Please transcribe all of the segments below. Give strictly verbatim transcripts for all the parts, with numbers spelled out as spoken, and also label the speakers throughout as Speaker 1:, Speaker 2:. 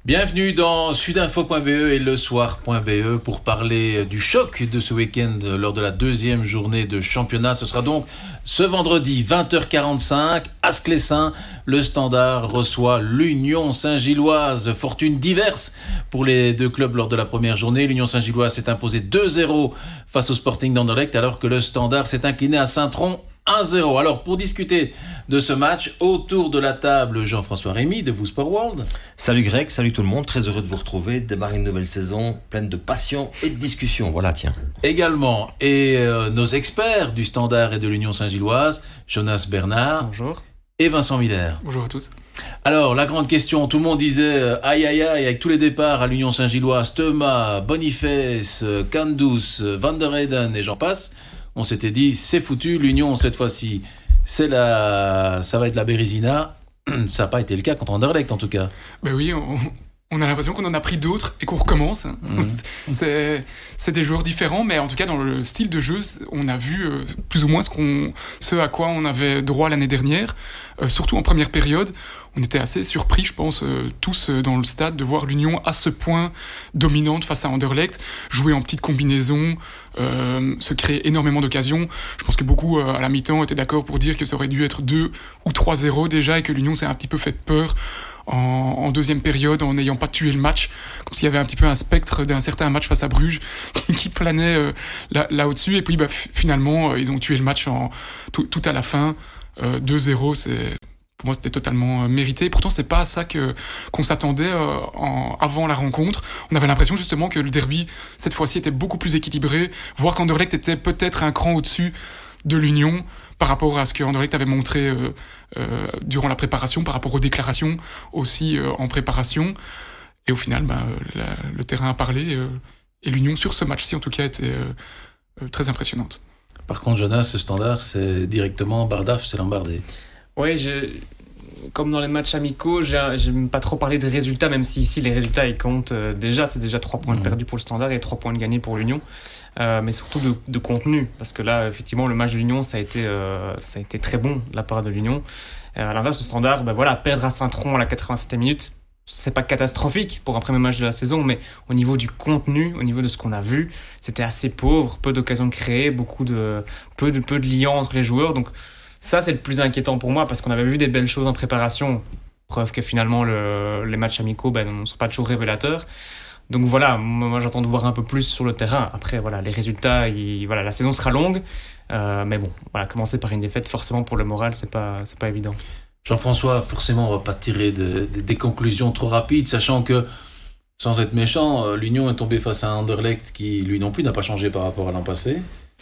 Speaker 1: Bienvenue dans sudinfo point b e et lesoir point b e pour parler du choc de ce week-end lors de la deuxième journée de championnat. Ce sera donc ce vendredi vingt heures quarante-cinq à Sclessin. Le Standard reçoit l'Union Saint-Gilloise. Fortune diverse pour les deux clubs lors de la première journée. L'Union Saint-Gilloise s'est imposée deux zéro face au Sporting d'Anderlecht alors que le Standard s'est incliné à Saint-Tron un zéro. Alors pour discuter de ce match, autour de la table, Jean-François Rémy de Vous Sport World.
Speaker 2: Salut Greg, salut tout le monde, très heureux de vous retrouver, démarrer une nouvelle saison pleine de passion et de discussion, voilà tiens.
Speaker 1: Également, et euh, nos experts du Standard et de l'Union Saint-Gilloise, Jonas Bernard.
Speaker 3: Bonjour.
Speaker 1: Et Vincent Miller.
Speaker 3: Bonjour à tous.
Speaker 1: Alors, la grande question, tout le monde disait euh, aïe aïe aïe avec tous les départs à l'Union Saint-Gilloise, Thomas, Boniface, euh, Kandus, euh, Van der Heyden et j'en passe. On s'était dit, c'est foutu, l'Union cette fois-ci, c'est la... ça va être la Bérésina. Ça n'a pas été le cas contre Anderlecht en tout cas.
Speaker 3: Ben oui, on, on a l'impression qu'on en a pris d'autres et qu'on recommence. Mmh. c'est, c'est des joueurs différents, mais en tout cas dans le style de jeu, on a vu euh, plus ou moins ce, qu'on, ce à quoi on avait droit l'année dernière. Euh, surtout en première période, on était assez surpris, je pense, euh, tous euh, dans le stade, de voir l'Union à ce point dominante face à Anderlecht, jouer en petites combinaisons, euh, se créer énormément d'occasions. Je pense que beaucoup, euh, à la mi-temps, étaient d'accord pour dire que ça aurait dû être deux ou trois zéro déjà, et que l'Union s'est un petit peu fait peur en, en deuxième période, en n'ayant pas tué le match, comme s'il y avait un petit peu un spectre d'un certain match face à Bruges qui planait euh, là, là au-dessus. Et puis bah, f- finalement, euh, ils ont tué le match en, tout, tout à la fin. Euh, deux zéro, c'est... Pour moi, c'était totalement mérité. Et pourtant, c'est pas à ça que, qu'on s'attendait euh, en, avant la rencontre. On avait l'impression justement que le derby, cette fois-ci, était beaucoup plus équilibré, voire qu'Anderlecht était peut-être un cran au-dessus de l'Union par rapport à ce que Anderlecht avait montré euh, euh, durant la préparation, par rapport aux déclarations aussi euh, en préparation. Et au final, bah, la, le terrain a parlé. Euh, et l'Union, sur ce match-ci, en tout cas, était euh, euh, très impressionnante.
Speaker 1: Par contre, Jonas, ce Standard, c'est directement Bardaf, c'est l'embardé.
Speaker 4: Oui, je, comme dans les matchs amicaux, j'aime pas trop parler des résultats, même si ici les résultats ils comptent euh, déjà. C'est déjà trois points mmh. de perdus pour le Standard et trois points de gagnés pour l'Union. Euh, mais surtout de, de contenu, parce que là, effectivement, le match de l'Union, ça a été, euh, ça a été très bon de la part de l'Union. Euh, à l'inverse, le Standard, ben voilà, perdre à Saint-Tron à la quatre-vingt-septième minute, c'est pas catastrophique pour un premier match de la saison, mais au niveau du contenu, au niveau de ce qu'on a vu, c'était assez pauvre, peu d'occasions créées, beaucoup de, peu de, peu de liens entre les joueurs. Donc, ça, c'est le plus inquiétant pour moi parce qu'on avait vu des belles choses en préparation. Preuve que finalement, le, les matchs amicaux ben, ne sont pas toujours révélateurs. Donc voilà, moi j'attends de voir un peu plus sur le terrain. Après, voilà, les résultats, ils, voilà, la saison sera longue. Euh, mais bon, voilà, commencer par une défaite, forcément pour le moral, c'est pas, c'est pas évident.
Speaker 1: Jean-François, forcément, on va pas tirer de, de, des conclusions trop rapides, sachant que, sans être méchant, l'Union est tombée face à Anderlecht qui, lui non plus, n'a pas changé par rapport à l'an passé.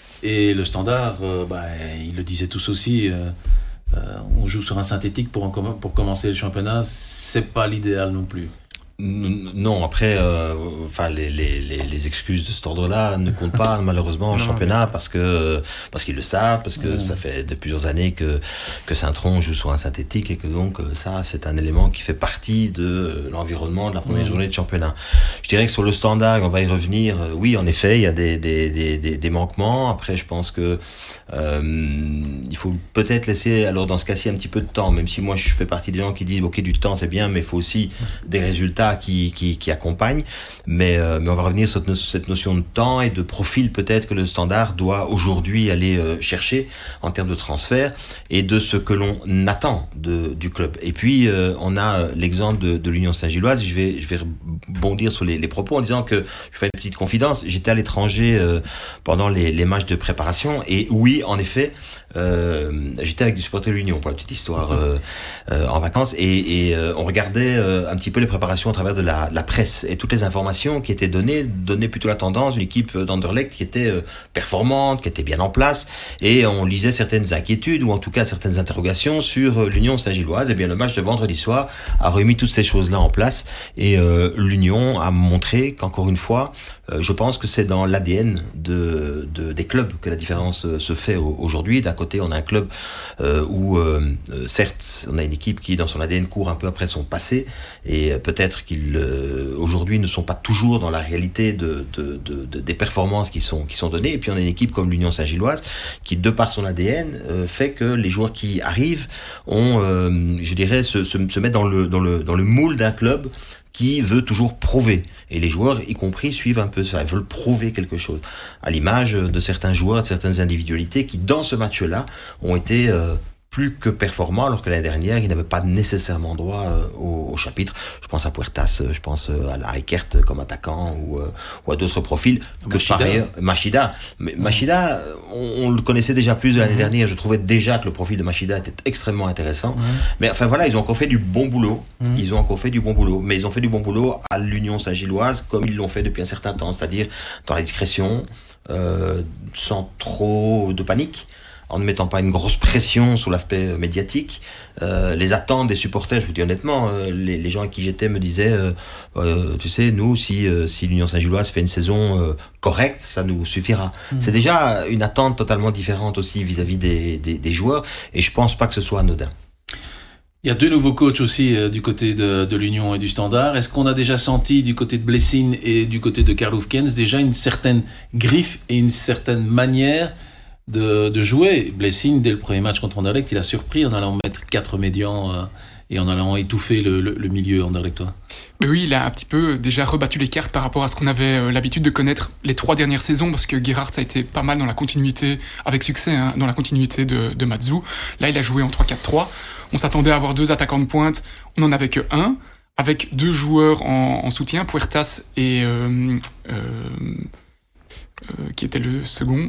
Speaker 1: Et le Standard, euh, bah, ils le disaient tous aussi, euh, euh, on joue sur un synthétique pour, en com- pour commencer le championnat, c'est pas l'idéal non plus.
Speaker 2: Non, après, euh, enfin, les, les, les, les excuses de cet ordre-là ne comptent pas malheureusement au championnat parce que parce qu'ils le savent, parce que mmh. ça fait de plusieurs années que que Saint-Tron joue sur un synthétique et que donc ça, c'est un élément qui fait partie de l'environnement de la première mmh. journée de championnat. Je dirais que sur le Standard, on va y revenir. Oui, en effet, il y a des des des des, des manquements. Après, je pense que euh, il faut peut-être laisser, alors dans ce cas-ci, un petit peu de temps. Même si moi, je fais partie des gens qui disent, ok, du temps, c'est bien, mais il faut aussi mmh. des résultats qui, qui, qui accompagne, mais, euh, mais on va revenir sur cette notion de temps et de profil peut-être que le Standard doit aujourd'hui aller euh, chercher en termes de transfert et de ce que l'on attend de, du club. Et puis euh, on a l'exemple de, de l'Union Saint-Gilloise. Je vais, je vais rebondir sur les, les propos en disant que je fais une petite confidence. J'étais à l'étranger euh, pendant les, les matchs de préparation et oui, en effet, euh, j'étais avec des supporters de l'Union pour la petite histoire euh, euh, en vacances et, et euh, on regardait euh, un petit peu les préparations à travers de la, la presse et toutes les informations qui étaient données donnaient plutôt la tendance d'une équipe d'Anderlecht qui était euh, performante, qui était bien en place et on lisait certaines inquiétudes ou en tout cas certaines interrogations sur euh, l'Union Saint-Gilloise. Et bien le match de vendredi soir a remis toutes ces choses-là en place et euh, l'Union a montré qu'encore une fois, euh, je pense que c'est dans l'A D N de, de, des clubs que la différence euh, se fait au, aujourd'hui. D'un côté, on a un club euh, où euh, certes, on a une équipe qui dans son A D N court un peu après son passé et euh, peut-être qu'ils euh, aujourd'hui ne sont pas toujours dans la réalité de, de, de, de, des performances qui sont, qui sont données. Et puis on a une équipe comme l'Union Saint-Gilloise qui, de par son A D N, euh, fait que les joueurs qui arrivent ont, euh, je dirais, se, se, se mettent dans le, dans le, dans le moule d'un club qui veut toujours prouver. Et les joueurs, y compris, suivent un peu ça, ils veulent prouver quelque chose. À l'image de certains joueurs, de certaines individualités qui, dans ce match-là, ont été euh, plus que performants, alors que l'année dernière, ils n'avaient pas nécessairement droit euh, au, au chapitre. Je pense à Puertas, je pense à la Eckert comme attaquant, ou, euh, ou à d'autres profils. Que
Speaker 1: Machida.
Speaker 2: par ailleurs, Machida. Mais Machida, on, on le connaissait déjà plus de l'année mmh. dernière. Je trouvais déjà que le profil de Machida était extrêmement intéressant. Mmh. Mais enfin voilà, ils ont encore fait du bon boulot. Mmh. Ils ont encore fait du bon boulot. Mais ils ont fait du bon boulot à l'Union Saint-Gilloise, comme ils l'ont fait depuis un certain temps. C'est-à-dire dans la discrétion, euh, sans trop de panique, en ne mettant pas une grosse pression sur l'aspect médiatique. Euh, les attentes des supporters, je vous dis honnêtement, euh, les, les gens avec qui j'étais me disaient, euh, euh, tu sais, nous, si, euh, si l'Union Saint-Gilloise fait une saison euh, correcte, ça nous suffira. Mmh. C'est déjà une attente totalement différente aussi vis-à-vis des, des, des joueurs, et je pense pas que ce soit anodin.
Speaker 1: Il y a deux nouveaux coachs aussi euh, du côté de, de l'Union et du Standard. Est-ce qu'on a déjà senti du côté de Blessing et du côté de Karl Hoefkens déjà une certaine griffe et une certaine manière De, de jouer? Blessing, dès le premier match contre Anderlecht, il a surpris en allant mettre quatre médians euh, et en allant étouffer le, le, le milieu anderlechtois.
Speaker 3: Mais oui, il a un petit peu déjà rebattu les cartes par rapport à ce qu'on avait euh, l'habitude de connaître les trois dernières saisons, parce que Gerhardt a été pas mal dans la continuité, avec succès, hein, dans la continuité de, de Matsu. Là, il a joué en trois quatre trois. On s'attendait à avoir deux attaquants de pointe, on n'en avait que un, avec deux joueurs en, en soutien, Puertas et... Euh, euh, Euh, qui était le second.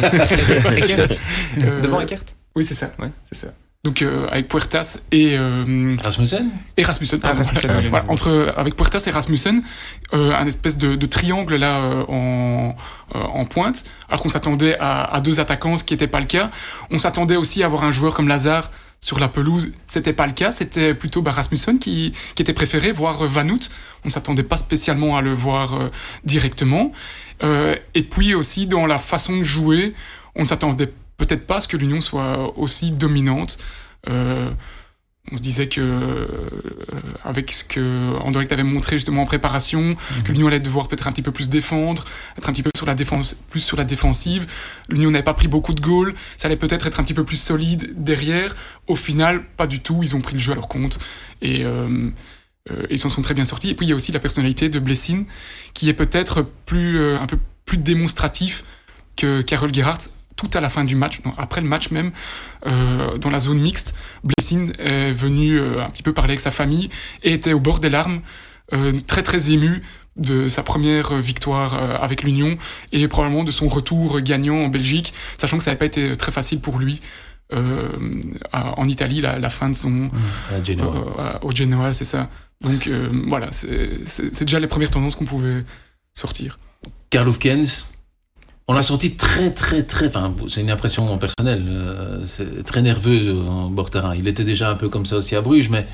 Speaker 4: euh, Devant Eckert.
Speaker 3: Oui, c'est ça. Ouais, c'est ça. Donc euh, avec Puertas et euh,
Speaker 1: Rasmussen.
Speaker 3: Et Rasmussen.
Speaker 4: Ah, Rasmussen
Speaker 3: voilà. Voilà, entre avec Puertas et Rasmussen, euh, un espèce de, de triangle là euh, en euh, en pointe. Alors qu'on s'attendait à, à deux attaquants, ce qui n'était pas le cas. On s'attendait aussi à avoir un joueur comme Lazare sur la pelouse, c'était pas le cas, c'était plutôt bah, Rasmussen qui, qui était préféré, voire euh, Van Hout. On s'attendait pas spécialement à le voir euh, directement. Euh, et puis aussi dans la façon de jouer, on ne s'attendait peut-être pas à ce que l'Union soit aussi dominante. Euh, on se disait que euh, avec ce que Anderlecht avait montré justement en préparation, mmh. que l'Union allait devoir peut-être un petit peu plus défendre, être un petit peu sur la défense, plus sur la défensive. L'Union n'avait pas pris beaucoup de goals, ça allait peut-être être un petit peu plus solide derrière. Au final, pas du tout. Ils ont pris le jeu à leur compte et euh, euh, ils s'en sont très bien sortis. Et puis il y a aussi la personnalité de Blessing, qui est peut-être plus euh, un peu plus démonstratif que Karel Gerhardt. Tout à la fin du match, après le match même, euh, dans la zone mixte, Blessing est venu euh, un petit peu parler avec sa famille et était au bord des larmes, euh, très très ému de sa première victoire euh, avec l'Union et probablement de son retour gagnant en Belgique, sachant que ça n'avait pas été très facile pour lui euh, à, en Italie, la, la fin de son...
Speaker 1: Mmh, à Genoa.
Speaker 3: Euh, au Genoa, c'est ça. Donc euh, voilà, c'est, c'est, c'est déjà les premières tendances qu'on pouvait sortir.
Speaker 1: Karl Hoefkens, on l'a senti très, très, très... Enfin, c'est une impression personnelle. Euh, c'est très nerveux en bord terrain. Il était déjà un peu comme ça aussi à Bruges, mais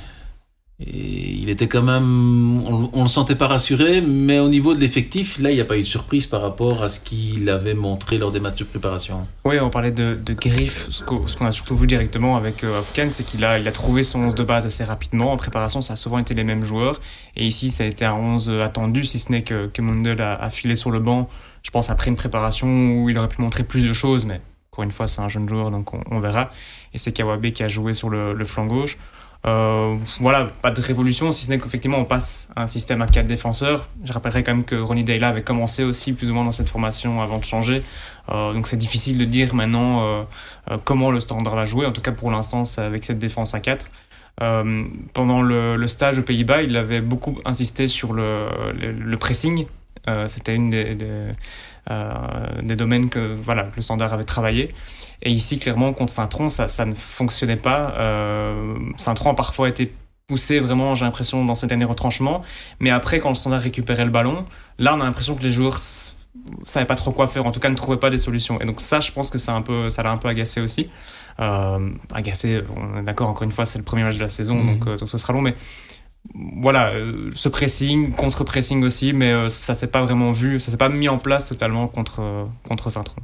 Speaker 1: et il était quand même... On, on le sentait pas rassuré, mais au niveau de l'effectif, là, il n'y a pas eu de surprise par rapport à ce qu'il avait montré lors des matchs de préparation.
Speaker 4: Oui, on parlait de, de griffe. Ce qu'on, ce qu'on a surtout vu directement avec euh, Hoefkens, c'est qu'il a, il a trouvé son onze de base assez rapidement. En préparation, ça a souvent été les mêmes joueurs. Et ici, ça a été un onze attendu, si ce n'est que, que Mundel a, a filé sur le banc. Je pense après une préparation où il aurait pu montrer plus de choses, mais encore une fois, c'est un jeune joueur, donc on, on verra. Et c'est Kawabe qui a joué sur le, le flanc gauche. Euh, voilà, pas de révolution, si ce n'est qu'effectivement on passe à un système à quatre défenseurs. Je rappellerai quand même que Ronny Deila avait commencé aussi plus ou moins dans cette formation avant de changer. Euh, donc c'est difficile de dire maintenant euh, euh, comment le Standard va jouer. En tout cas pour l'instant, c'est avec cette défense à quatre. Euh, pendant le, le stage aux Pays-Bas, il avait beaucoup insisté sur le, le, le pressing. Euh, c'était une des, des, euh, des domaines que voilà, le Standard avait travaillé. Et ici, clairement, contre Saint-Tron, ça, ça ne fonctionnait pas. Euh, Saint-Tron a parfois été poussé, vraiment, j'ai l'impression, dans ces derniers retranchements. Mais après, quand le Standard récupérait le ballon, là, on a l'impression que les joueurs ne savaient pas trop quoi faire, en tout cas ne trouvaient pas des solutions. Et donc ça, je pense que ça, un peu, ça l'a un peu agacé aussi. Euh, agacé, on est d'accord, encore une fois, c'est le premier match de la saison, mmh. donc, euh, donc ce sera long, mais voilà, euh, ce pressing, contre-pressing aussi, mais euh, ça s'est pas vraiment vu, ça s'est pas mis en place totalement contre, euh, contre Saint-Tron.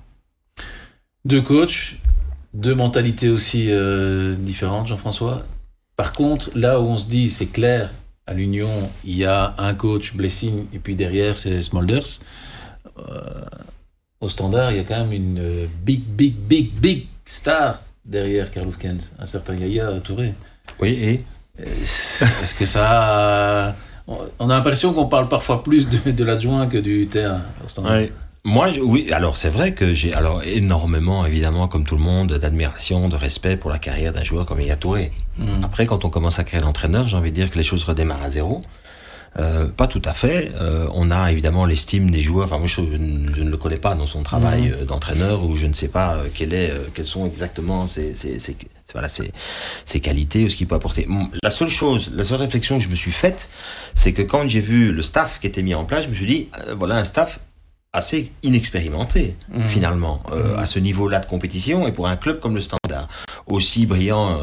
Speaker 1: Deux coachs, deux mentalités aussi euh, différentes, Jean-François. Par contre, là où on se dit, c'est clair, à l'Union, il y a un coach, Blessing, et puis derrière, c'est Smulders. Euh, au Standard, il y a quand même une euh, big, big, big, big star derrière Karl Hoefkens, un certain Yaya Touré.
Speaker 2: Oui, et
Speaker 1: Est-ce que ça... On a l'impression qu'on parle parfois plus de, de l'adjoint que du terrain.
Speaker 2: Ouais. Moi, je, oui, alors c'est vrai que j'ai alors énormément, évidemment, comme tout le monde, d'admiration, de respect pour la carrière d'un joueur comme Yaya Touré. Mmh. Après, quand on commence à créer l'entraîneur, j'ai envie de dire que les choses redémarrent à zéro. Euh, pas tout à fait. Euh, on a évidemment l'estime des joueurs. Enfin, moi, je, je, je ne le connais pas dans son travail mmh. d'entraîneur, ou je ne sais pas euh, quel est, euh, quelles sont exactement ses, ses, ses, voilà, ses, ses qualités ou ce qu'il peut apporter. La seule chose, la seule réflexion que je me suis faite, c'est que quand j'ai vu le staff qui était mis en place, je me suis dit, euh, voilà un staff assez inexpérimenté, mmh. finalement, euh, mmh. à ce niveau-là de compétition, et pour un club comme le Standard, aussi brillant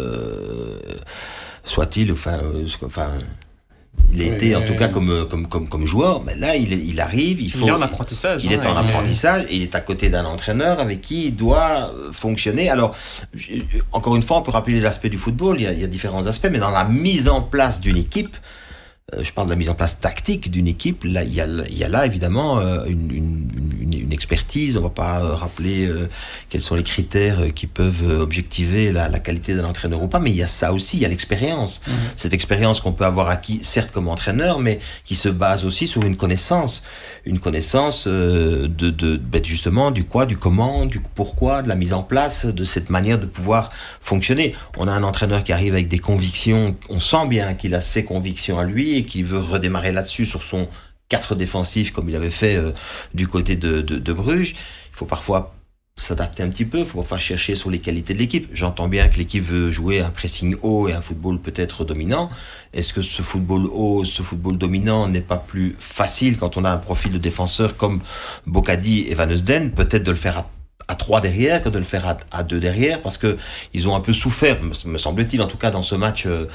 Speaker 2: euh, soit-il, enfin, euh, enfin il a oui, été en tout cas comme comme comme comme joueur, mais là il il arrive, il faut
Speaker 4: il est en apprentissage,
Speaker 2: il hein, est en ouais. apprentissage et il est à côté d'un entraîneur avec qui il doit fonctionner. Alors encore une fois, on peut rappeler les aspects du football, il y a, il y a différents aspects, mais dans la mise en place d'une équipe, euh, je parle de la mise en place tactique d'une équipe, là il y a il y a là évidemment euh, une, une une une expertise. On va pas euh, rappeler euh, quels sont les critères euh, qui peuvent euh, objectiver la, la qualité d'un entraîneur ou pas, mais il y a ça aussi, il y a l'expérience. Mmh. Cette expérience qu'on peut avoir acquis, certes comme entraîneur, mais qui se base aussi sur une connaissance, une connaissance euh, de, de, ben justement du quoi, du comment, du pourquoi, de la mise en place de cette manière de pouvoir fonctionner. On a un entraîneur qui arrive avec des convictions, on sent bien qu'il a ses convictions à lui et qui veut redémarrer là-dessus sur son quatre défensifs comme il avait fait euh, du côté de, de, de Bruges. Il faut parfois s'adapter un petit peu, il faut parfois chercher sur les qualités de l'équipe. J'entends bien que l'équipe veut jouer un pressing haut et un football peut-être dominant. Est-ce que ce football haut, ce football dominant n'est pas plus facile quand on a un profil de défenseur comme Bocadi et Van Eusden, peut-être de le faire à à trois derrière que de le faire à, à deux derrière, parce que ils ont un peu souffert, me semble-t-il, en tout cas dans ce match euh,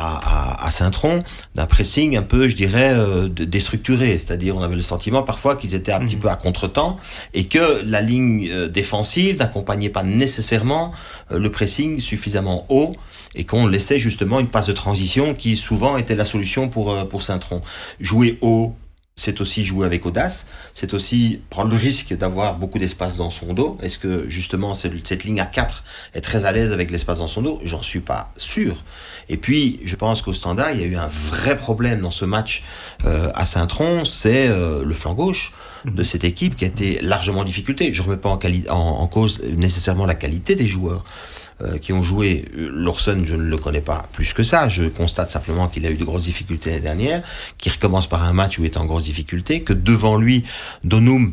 Speaker 2: à, à, à Saint-Tron, d'un pressing un peu, je dirais, euh, déstructuré. C'est-à-dire, on avait le sentiment parfois qu'ils étaient un mmh. petit peu à contre-temps et que la ligne euh, défensive n'accompagnait pas nécessairement euh, le pressing suffisamment haut et qu'on laissait justement une passe de transition qui souvent était la solution pour euh, pour Saint-Tron. Jouer haut, c'est aussi jouer avec audace, c'est aussi prendre le risque d'avoir beaucoup d'espace dans son dos. Est-ce que justement cette, cette ligne à quatre est très à l'aise avec l'espace dans son dos ? J'en suis pas sûr. Et puis je pense qu'au Standard, il y a eu un vrai problème dans ce match euh, à Saint-Tron, c'est euh, le flanc gauche de cette équipe qui a été largement en difficulté. Je remets pas en, quali- en, en cause nécessairement la qualité des joueurs Euh, qui ont joué. Lawson, je ne le connais pas plus que ça. Je constate simplement qu'il a eu de grosses difficultés l'année dernière, qu'il recommence par un match où il est en grosse difficulté, que devant lui, Donum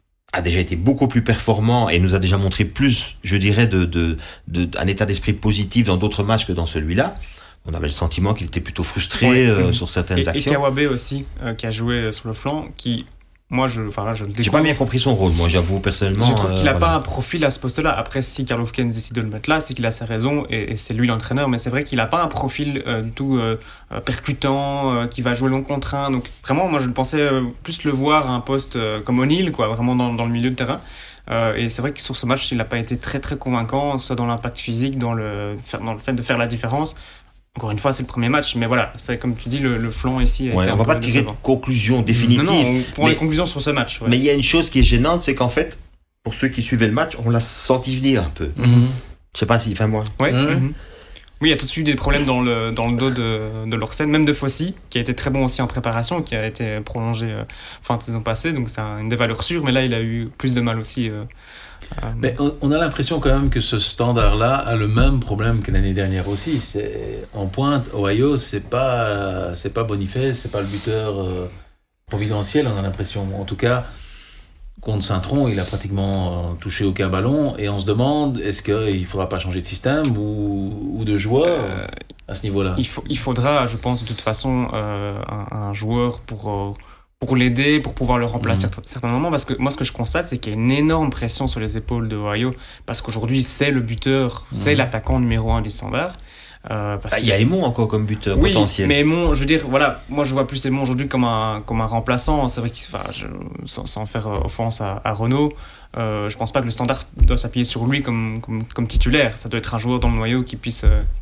Speaker 2: a déjà été beaucoup plus performant et nous a déjà montré plus, je dirais, de, de, de, un état d'esprit positif dans d'autres matchs que dans celui-là. On avait le sentiment qu'il était plutôt frustré ouais, euh, mmh. sur certaines
Speaker 4: et,
Speaker 2: actions.
Speaker 4: Et Kawabe aussi, euh, qui a joué sur le flanc, qui... Moi, je, enfin là, je le découvre.
Speaker 2: J'ai pas bien compris son rôle, moi, j'avoue, personnellement.
Speaker 4: Je trouve qu'il
Speaker 2: euh,
Speaker 4: a
Speaker 2: voilà.
Speaker 4: pas un profil à ce poste-là. Après, si Karl Hofkens décide de le mettre là, c'est qu'il a ses raisons et, et c'est lui l'entraîneur. Mais c'est vrai qu'il a pas un profil euh, du tout euh, percutant, euh, qui va jouer long contre un. Donc, vraiment, moi, je pensais euh, plus le voir à un poste euh, comme O'Neill, quoi, vraiment dans, dans le milieu de terrain. Euh, et c'est vrai que sur ce match, il n'a pas été très, très convaincant, soit dans l'impact physique, dans le, dans le fait de faire la différence. Encore une fois, c'est le premier match, mais voilà, c'est comme tu dis, le, le flanc ici a
Speaker 2: ouais,
Speaker 4: été
Speaker 2: on
Speaker 4: un
Speaker 2: va
Speaker 4: peu
Speaker 2: pas tirer de conclusion définitive.
Speaker 4: Non, non, on prend
Speaker 2: mais,
Speaker 4: les conclusions sur ce match. Ouais.
Speaker 2: Mais il y a une chose qui est gênante, c'est qu'en fait, pour ceux qui suivaient le match, on l'a senti venir un peu. Mm-hmm. Je sais pas si, enfin moi.
Speaker 4: Ouais. Mm-hmm. Mm-hmm. Oui, il y a tout de suite des problèmes dans le, dans le dos de, de Lorsen, même de Fossi, qui a été très bon aussi en préparation, qui a été prolongé euh, fin de saison passée, donc c'est un, une des valeurs sûres, mais là il a eu plus de mal aussi. Euh, euh...
Speaker 1: Mais on, on a l'impression quand même que ce Standard-là a le même problème que l'année dernière aussi. C'est, en pointe, Ohio, c'est pas, c'est pas Boniface, c'est pas le buteur euh, providentiel, on a l'impression. En tout cas, contre Saint-Tron, il a pratiquement touché aucun ballon et on se demande est-ce qu'il ne faudra pas changer de système ou, ou de joueur euh, à ce niveau-là.
Speaker 4: Il, faut, il faudra, je pense, de toute façon, euh, un, un joueur pour, euh, pour l'aider, pour pouvoir le remplacer mmh. à certains moments. Parce que moi, ce que je constate, c'est qu'il y a une énorme pression sur les épaules de Ohio parce qu'aujourd'hui, c'est le buteur, mmh. c'est l'attaquant numéro un du Standard.
Speaker 2: Euh, parce ah, qu'il y a Aymon encore comme buteur
Speaker 4: oui,
Speaker 2: potentiel.
Speaker 4: Mais Aymon, je veux dire, voilà, moi je vois plus Aymon aujourd'hui comme un, comme un remplaçant. C'est vrai qu'il, enfin, je, sans, sans faire offense à, à Renaud, euh, je pense pas que le Standard doit s'appuyer sur lui comme, comme, comme titulaire. Ça doit être un joueur dans le noyau qui puisse, euh, qui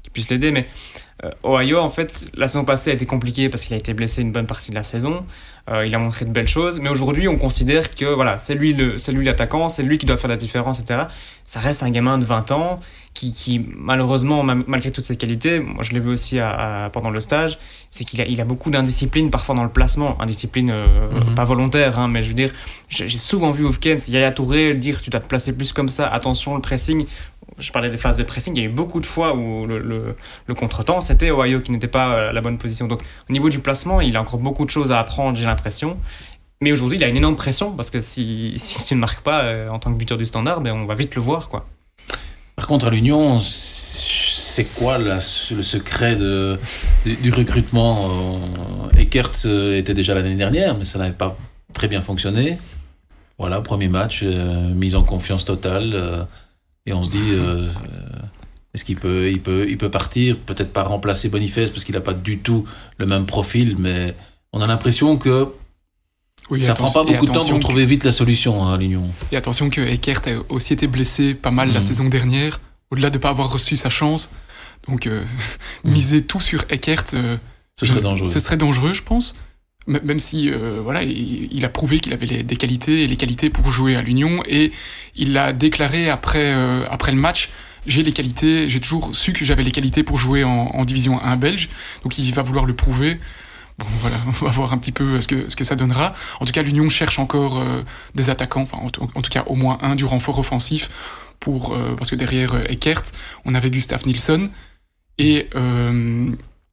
Speaker 4: qui puisse l'aider. Mais euh, Ohio, en fait, la saison passée a été compliquée parce qu'il a été blessé une bonne partie de la saison. Euh, il a montré de belles choses, mais aujourd'hui, on considère que voilà, c'est lui, le, c'est lui l'attaquant, c'est lui qui doit faire la différence, et cetera. Ça reste un gamin de vingt ans qui, qui malheureusement, malgré toutes ses qualités, moi je l'ai vu aussi à, à, pendant le stage, c'est qu'il a, il a beaucoup d'indiscipline, parfois dans le placement, indiscipline euh, mm-hmm. pas volontaire, hein, mais je veux dire, j'ai, j'ai souvent vu Hofkens, Yaya Touré dire tu dois te placer plus comme ça, attention le pressing. Je parlais des phases de pressing, il y a eu beaucoup de fois où le, le, le contre-temps, c'était Ohio qui n'était pas à la bonne position. Donc au niveau du placement, il a encore beaucoup de choses à apprendre, j'ai l'impression. Mais aujourd'hui, il a une énorme pression parce que si, si tu ne marques pas euh, en tant que buteur du Standard, ben, on va vite le voir, quoi.
Speaker 1: Par contre, à l'Union, c'est quoi la, le secret de, du recrutement? Eckert était déjà l'année dernière, mais ça n'avait pas très bien fonctionné. Voilà, premier match, euh, mise en confiance totale. Euh, et on se dit, euh, est-ce qu'il peut, il peut, il peut partir? Peut-être pas remplacer Boniface parce qu'il n'a pas du tout le même profil, mais on a l'impression que oui, ça prend pas beaucoup de temps pour que... trouver vite la solution hein, à l'Union.
Speaker 3: Et attention que Eckert a aussi été blessé pas mal mmh. la saison dernière, au-delà de ne pas avoir reçu sa chance. Donc, euh, mmh. miser tout sur Eckert, euh,
Speaker 1: ce serait dangereux.
Speaker 3: Ce serait dangereux, je pense. M- même si, euh, voilà, il, il a prouvé qu'il avait les, des qualités et les qualités pour jouer à l'Union, et il l'a déclaré après, euh, après le match. J'ai les qualités, j'ai toujours su que j'avais les qualités pour jouer en, en division un belge, donc il va vouloir le prouver. Bon, voilà, on va voir un petit peu ce que, ce que ça donnera. En tout cas, l'Union cherche encore euh, des attaquants, enfin, en, en tout cas, au moins un du renfort offensif, pour, euh, parce que derrière euh, Eckert, on avait Gustav Nilsson et euh,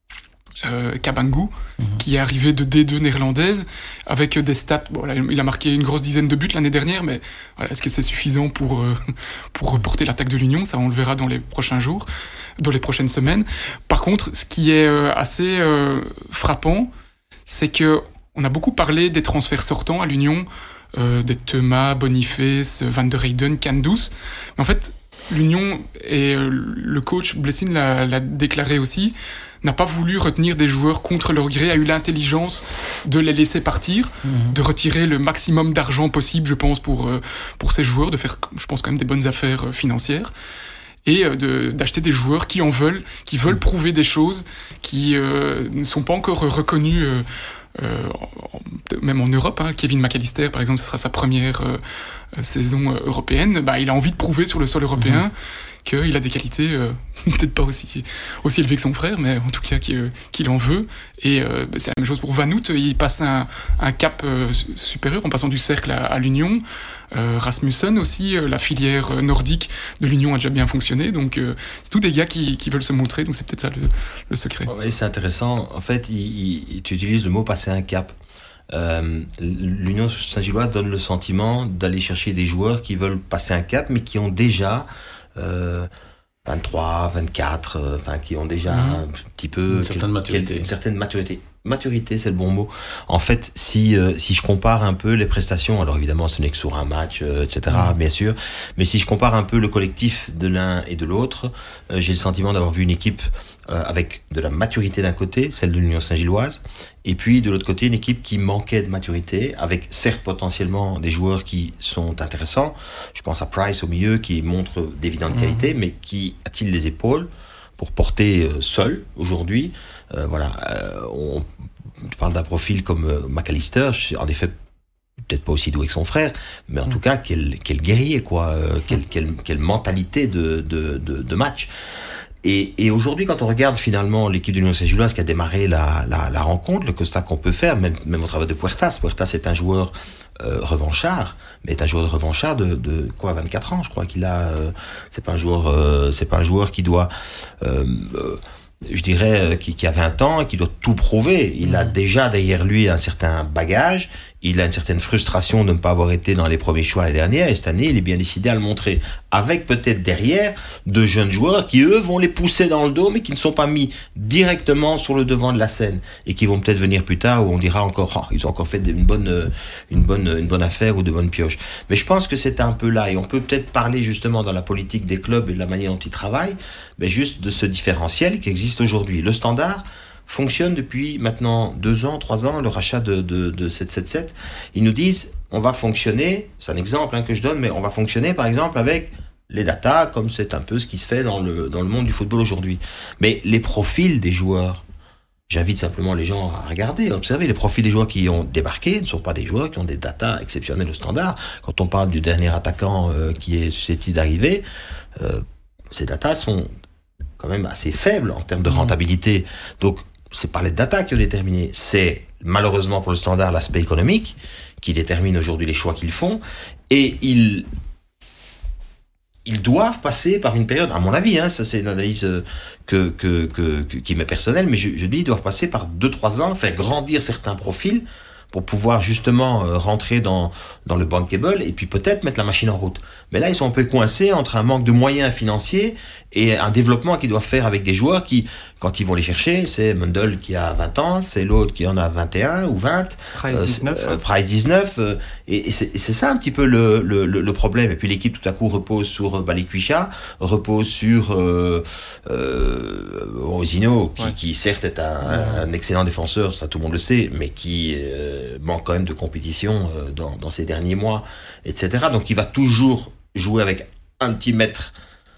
Speaker 3: euh, Kabangu, mm-hmm. qui est arrivé de D deux néerlandaise, avec des stats. Bon, là, il a marqué une grosse dizaine de buts l'année dernière, mais voilà, est-ce que c'est suffisant pour, euh, pour porter l'attaque de l'Union? Ça, on le verra dans les prochains jours, dans les prochaines semaines. Par contre, ce qui est euh, assez euh, frappant, c'est que on a beaucoup parlé des transferts sortants à l'Union, euh, des Thomas, Boniface, Van der Heyden, Kandus. Mais en fait, l'Union, et euh, le coach Blessing l'a, l'a déclaré aussi, n'a pas voulu retenir des joueurs contre leur gré, a eu l'intelligence de les laisser partir, mmh. de retirer le maximum d'argent possible, je pense, pour, euh, pour ces joueurs, de faire, je pense, quand même des bonnes affaires euh, financières. Et de, d'acheter des joueurs qui en veulent, qui veulent prouver des choses, qui euh, ne sont pas encore reconnus, euh, euh, même en Europe. Hein. Kevin McAllister, par exemple, ce sera sa première euh, saison euh, européenne. Bah, il a envie de prouver sur le sol européen mmh. qu'il a des qualités, euh, peut-être pas aussi, aussi élevées que son frère, mais en tout cas qu'il, qu'il en veut. Et euh, c'est la même chose pour Vanout. Il passe un, un cap euh, supérieur en passant du cercle à, à l'Union. Euh, Rasmussen aussi, euh, la filière euh, nordique de l'Union a déjà bien fonctionné, donc euh, c'est tous des gars qui, qui veulent se montrer, donc c'est peut-être ça le, le secret.
Speaker 2: Ouais, c'est intéressant, en fait, il, il, tu utilises le mot passer un cap. Euh, L'Union Saint-Gilloise donne le sentiment d'aller chercher des joueurs qui veulent passer un cap, mais qui ont déjà euh, vingt-trois, vingt-quatre, euh, enfin qui ont déjà mmh. un petit peu
Speaker 1: une certaine maturité.
Speaker 2: Une certaine maturité. Maturité, c'est le bon mot. En fait, si euh, si je compare un peu les prestations, alors évidemment, ce n'est que sur un match, euh, et cetera, mmh. bien sûr, mais si je compare un peu le collectif de l'un et de l'autre, euh, j'ai le sentiment d'avoir vu une équipe euh, avec de la maturité d'un côté, celle de l'Union Saint-Gilloise, et puis de l'autre côté, une équipe qui manquait de maturité, avec certes potentiellement des joueurs qui sont intéressants. Je pense à Price au milieu, qui montre d'évidentes mmh. qualités, mais qui a-t-il les épaules pour porter euh, seul aujourd'hui? Euh, voilà, euh, on, on parle d'un profil comme euh, McAllister, en effet peut-être pas aussi doué que son frère, mais en mmh. tout cas quel, quel guerrier quoi, euh, quelle, quelle, quelle mentalité de, de, de, de match. Et, et aujourd'hui, quand on regarde finalement l'équipe de l'Union Saint-Gilloise qui a démarré la, la, la rencontre, le constat qu'on peut faire, même, même au travers de Puertas, Puertas est un joueur euh, revanchard, mais est un joueur de revanchard de, de quoi, vingt-quatre ans, je crois qu'il a. Euh, c'est pas un joueur, euh, c'est pas un joueur qui doit. Euh, euh, je dirais, qui, qui a vingt ans et qui doit tout prouver. Il mmh. a déjà derrière lui un certain bagage, il a une certaine frustration de ne pas avoir été dans les premiers choix l'année dernière, et cette année, il est bien décidé à le montrer. Avec peut-être derrière de jeunes joueurs qui, eux, vont les pousser dans le dos, mais qui ne sont pas mis directement sur le devant de la scène, et qui vont peut-être venir plus tard, où on dira encore, oh, ils ont encore fait une bonne, une bonne, une bonne affaire ou de bonnes pioches. Mais je pense que c'est un peu là, et on peut peut-être parler justement dans la politique des clubs et de la manière dont ils travaillent, mais juste de ce différentiel qui existe aujourd'hui. Le Standard fonctionne depuis maintenant deux ans, trois ans, le rachat de, de, de sept cent soixante-dix. Ils nous disent, on va fonctionner, c'est un exemple hein, que je donne, mais on va fonctionner par exemple avec les datas, comme c'est un peu ce qui se fait dans le, dans le monde du football aujourd'hui. Mais les profils des joueurs, j'invite simplement les gens à regarder, à observer. Les profils des joueurs qui ont débarqué ne sont pas des joueurs qui ont des datas exceptionnelles au standard. Quand on parle du dernier attaquant euh, qui est susceptible d'arriver, euh, ces datas sont quand même assez faibles en termes de rentabilité. Donc, c'est pas les datas qui ont déterminé, c'est malheureusement pour le standard l'aspect économique qui détermine aujourd'hui les choix qu'ils font. Et ils... ils doivent passer par une période, à mon avis, hein, ça c'est une analyse que, que, que, que, qui m'est personnelle, mais je, je dis, ils doivent passer par deux trois ans, faire grandir certains profils pour pouvoir justement euh, rentrer dans, dans le bankable et puis peut-être mettre la machine en route. Mais là, ils sont un peu coincés entre un manque de moyens financiers et un développement qu'ils doivent faire avec des joueurs qui, quand ils vont les chercher, c'est Mundle qui a vingt ans, c'est l'autre qui en a vingt et un ou vingt.
Speaker 4: Price
Speaker 2: euh,
Speaker 4: dix-neuf.
Speaker 2: Euh, Price dix-neuf. Euh, et, et, c'est, et c'est ça un petit peu le, le, le problème. Et puis l'équipe tout à coup repose sur Balikwisha, repose sur euh, euh, Osino, qui, ouais. qui certes est un, un, un excellent défenseur, ça tout le monde le sait, mais qui euh, manque quand même de compétition euh, dans, dans ces derniers mois, et cetera. Donc il va toujours jouer avec un petit mètre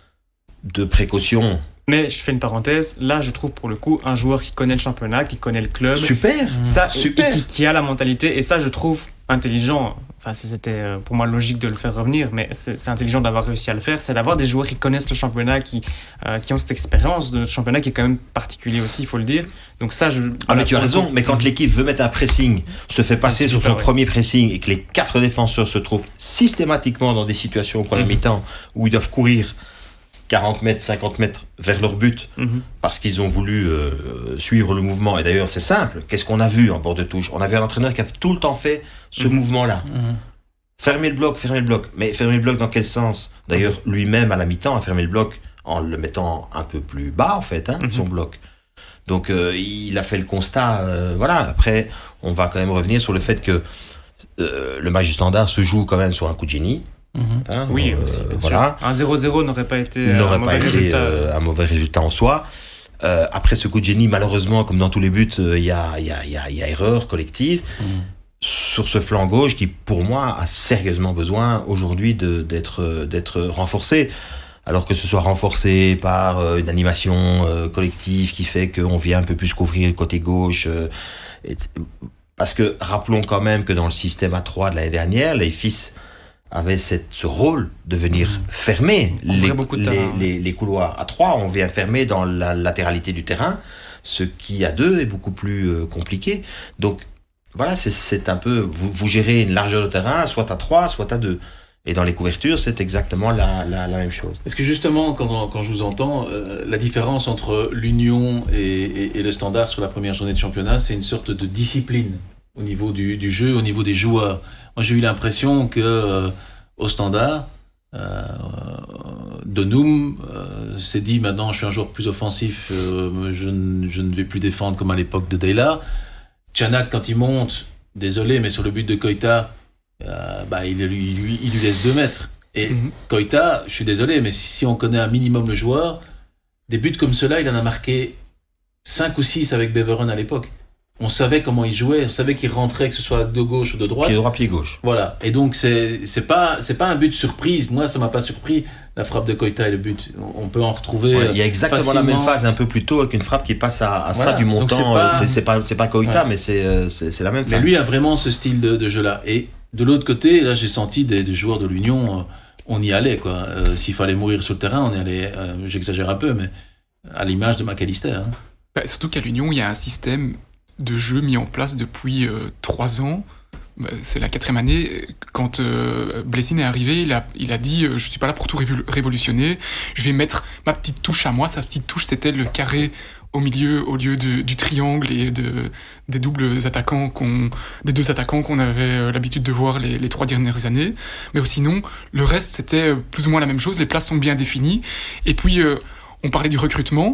Speaker 2: de précaution.
Speaker 4: Mais je fais une parenthèse, là je trouve pour le coup un joueur qui connaît le championnat, qui connaît le club.
Speaker 2: Super,
Speaker 4: ça,
Speaker 2: super.
Speaker 4: Et qui, qui a la mentalité, et ça je trouve intelligent. Enfin, c'était pour moi logique de le faire revenir, mais c'est, c'est intelligent d'avoir réussi à le faire, c'est d'avoir des joueurs qui connaissent le championnat, qui, euh, qui ont cette expérience de notre championnat qui est quand même particulier aussi, il faut le dire. Donc ça, je...
Speaker 2: Ah voilà, mais tu as raison, coup, mais quand l'équipe veut mettre un pressing, se fait passer sur son ouais. premier pressing et que les quatre défenseurs se trouvent systématiquement dans des situations au premier mmh. mi-temps où ils doivent courir quarante mètres, cinquante mètres vers leur but mmh. parce qu'ils ont voulu euh, suivre le mouvement. Et d'ailleurs, c'est simple. Qu'est-ce qu'on a vu en bord de touche ? On avait un entraîneur qui a tout le temps fait ce mmh. mouvement-là. Mmh. Fermer le bloc, fermer le bloc. Mais fermer le bloc dans quel sens ? D'ailleurs, lui-même, à la mi-temps, a fermé le bloc en le mettant un peu plus bas, en fait, hein, mmh. son bloc. Donc, euh, il a fait le constat. Euh, voilà. Après, on va quand même revenir sur le fait que euh, le match du Standard se joue quand même sur un coup de génie.
Speaker 4: Mmh. Hein,
Speaker 3: oui,
Speaker 4: euh,
Speaker 3: aussi,
Speaker 4: voilà. Un zéro zéro n'aurait pas été,
Speaker 2: n'aurait
Speaker 4: un,
Speaker 2: pas
Speaker 4: mauvais
Speaker 2: été
Speaker 4: résultat.
Speaker 2: Euh, un mauvais résultat en soi. Euh, après ce coup de génie, malheureusement, comme dans tous les buts, il euh, y, a, y, a, y, a, y a erreur collective. Mmh. Sur ce flanc gauche qui, pour moi, a sérieusement besoin aujourd'hui de, d'être, d'être renforcé. Alors que ce soit renforcé par euh, une animation euh, collective qui fait qu'on vient un peu plus couvrir le côté gauche. Euh, et, parce que rappelons quand même que dans le système à trois de l'année dernière, les fils avaient cette, ce rôle de venir mmh. fermer les, les, terrain, les, ouais. les couloirs. À trois, on vient fermer dans la latéralité du terrain, ce qui à deux est beaucoup plus euh, compliqué. Donc voilà, c'est, c'est un peu, vous, vous gérez une largeur de terrain, soit à trois, soit à deux. Et dans les couvertures, c'est exactement la, la, la même chose.
Speaker 1: Parce que justement, quand, quand je vous entends, euh, la différence entre l'Union et, et, et le Standard sur la première journée de championnat, c'est une sorte de discipline au niveau du, du jeu, au niveau des joueurs. Moi, j'ai eu l'impression que euh, au Standard, euh, Donum euh, s'est dit maintenant, je suis un joueur plus offensif, euh, je, ne, je ne vais plus défendre comme à l'époque de Deyla. Tchanak, quand il monte, désolé, mais sur le but de Koita, euh, bah, il, lui, il, lui, il lui laisse deux mètres. Et mm-hmm. Koita, je suis désolé, mais si, si on connaît un minimum le joueur, des buts comme ceux-là, il en a marqué cinq ou six avec Beveren à l'époque. On savait comment il jouait, on savait qu'il rentrait, que ce soit de gauche ou de droite.
Speaker 2: Pied droit, pied gauche.
Speaker 1: Voilà. Et donc, c'est, c'est pas, c'est pas un but surprise. Moi, ça m'a pas surpris, la frappe de Koita et le but. On peut en retrouver.
Speaker 2: Ouais, il y a exactement
Speaker 1: facilement.
Speaker 2: La même phase un peu plus tôt avec une frappe qui passe à, à voilà. ça du montant. C'est pas, c'est, c'est pas, c'est pas Koita, ouais. mais c'est, c'est, c'est la même phase.
Speaker 1: Mais lui a vraiment ce style de, de jeu-là. Et de l'autre côté, là, j'ai senti des, des joueurs de l'Union, euh, on y allait, quoi. Euh, s'il fallait mourir sur le terrain, on y allait, euh, j'exagère un peu, mais à l'image de McAllister. Hein.
Speaker 3: Bah, surtout qu'à l'Union, il y a un système de jeu mis en place depuis euh, trois ans. Bah, c'est la quatrième année. Quand euh, Blessing est arrivé, il a, il a dit euh, je suis pas là pour tout révol- révolutionner. Je vais mettre ma petite touche à moi. Sa petite touche, c'était le carré au milieu, au lieu de, du triangle et de, des doubles attaquants qu'on, des deux attaquants qu'on avait euh, l'habitude de voir les, les trois dernières années. Mais sinon, le reste, c'était plus ou moins la même chose. Les places sont bien définies. Et puis, euh, on parlait du recrutement.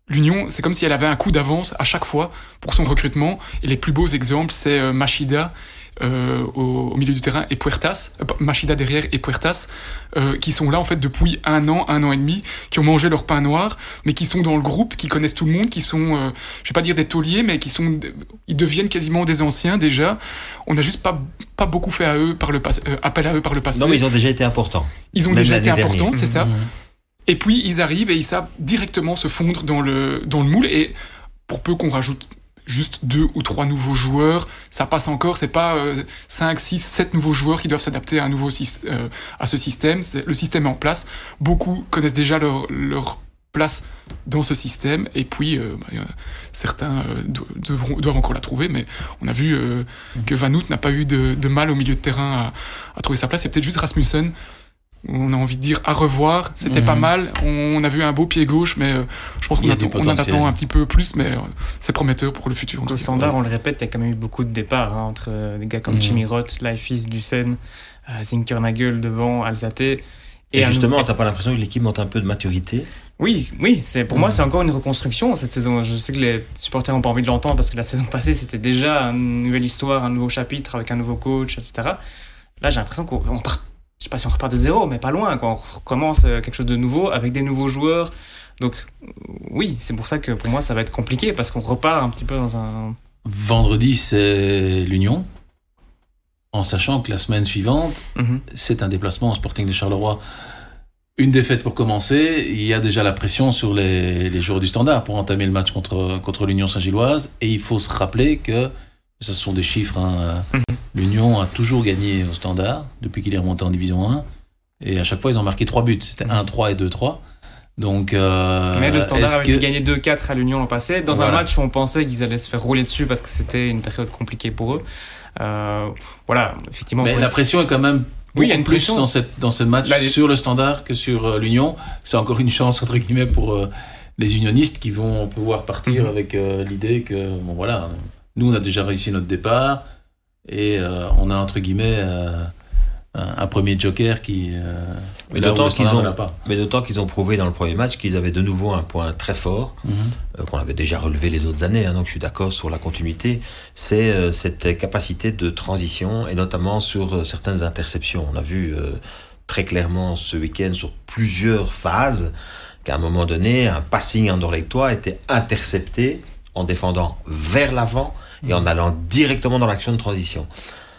Speaker 3: l'Union, c'est comme si elle avait un coup d'avance à chaque fois pour son recrutement. Et les plus beaux exemples, c'est euh, Machida euh, au, au milieu du terrain et Puertas, euh, Machida derrière et Puertas, euh, qui sont là en fait depuis un an, un an et demi, qui ont mangé leur pain noir, mais qui sont dans le groupe, qui connaissent tout le monde, qui sont, euh, je vais pas dire des tauliers, mais qui sont, ils deviennent quasiment des anciens déjà. On n'a juste pas pas beaucoup fait à eux par le pas, euh, appel à eux par le passé.
Speaker 2: Non, mais ils ont déjà été importants.
Speaker 3: Ils ont
Speaker 2: Même
Speaker 3: déjà été
Speaker 2: l'année
Speaker 3: importants,
Speaker 2: dernière.
Speaker 3: c'est ça.
Speaker 1: Mmh.
Speaker 3: Et puis ils arrivent et ils savent directement se fondre dans le, dans le moule. Et pour peu qu'on rajoute juste deux ou trois nouveaux joueurs, ça passe encore. C'est pas euh, cinq, six, sept nouveaux joueurs qui doivent s'adapter à, un nouveau, euh, à ce système. C'est, le système est en place. Beaucoup connaissent déjà leur, leur place dans ce système. Et puis euh, bah, certains euh, devront, doivent encore la trouver. Mais on a vu euh, que Van Hout n'a pas eu de, de mal au milieu de terrain à, à trouver sa place. C'est peut-être juste Rasmussen. On a envie de dire à revoir, c'était mmh. pas mal. On a vu un beau pied gauche, mais euh, je pense qu'on attend, on en attend un petit peu plus, mais euh, c'est prometteur pour le futur.
Speaker 4: Au standard, on le répète, il y a quand même eu beaucoup de départs hein, entre euh, des gars comme mmh. Chimiroth, Leifis, Dussen, euh, Zinkernagel devant, Alzate. Et,
Speaker 2: et justement, nouveau... t'as pas l'impression que l'équipe monte un peu de maturité ?
Speaker 4: Oui, oui. C'est, pour mmh. moi, c'est encore une reconstruction cette saison. Je sais que les supporters n'ont pas envie de l'entendre parce que la saison passée, c'était déjà une nouvelle histoire, un nouveau chapitre avec un nouveau coach, et cetera. Là, j'ai l'impression qu'on part. Je sais pas si on repart de zéro, mais pas loin, quoi. On recommence quelque chose de nouveau avec des nouveaux joueurs. Donc, oui, c'est pour ça que pour moi, ça va être compliqué parce qu'on repart un petit peu dans un.
Speaker 1: Vendredi, c'est l'Union. En sachant que la semaine suivante, mm-hmm. c'est un déplacement au Sporting de Charleroi. Une défaite pour commencer. Il y a déjà la pression sur les, les joueurs du Standard pour entamer le match contre, contre l'Union Saint-Gilloise. Et il faut se rappeler que, ce sont des chiffres, hein, mm-hmm. l'Union a toujours gagné au Standard depuis qu'il est remonté en Division un. Et à chaque fois, ils ont marqué trois buts. C'était mm-hmm. un trois et deux trois. Donc, euh,
Speaker 4: mais le Standard avait que... gagné deux quatre à l'Union l'an passé, dans voilà. un match où on pensait qu'ils allaient se faire rouler dessus parce que c'était une période compliquée pour eux. Euh, voilà, effectivement.
Speaker 1: Mais la pression est quand même beaucoup oui, il y a une plus pression. dans, cette, dans ce match Là, sur le Standard que sur euh, l'Union. C'est encore une chance, entre guillemets, pour euh, les unionistes qui vont pouvoir partir mm-hmm. avec euh, l'idée que, bon voilà, nous on a déjà réussi notre départ et euh, on a, entre guillemets, euh, un, un premier joker qui... Euh,
Speaker 2: mais, d'autant qu'ils ont, mais d'autant qu'ils ont prouvé dans le premier match qu'ils avaient de nouveau un point très fort, mm-hmm. euh, qu'on avait déjà relevé les autres années, hein, donc je suis d'accord sur la continuité, c'est euh, cette capacité de transition, et notamment sur euh, certaines interceptions. On a vu euh, très clairement ce week-end sur plusieurs phases qu'à un moment donné, un passing Anderlechtois était intercepté en défendant vers l'avant mm-hmm. et en allant directement dans l'action de transition.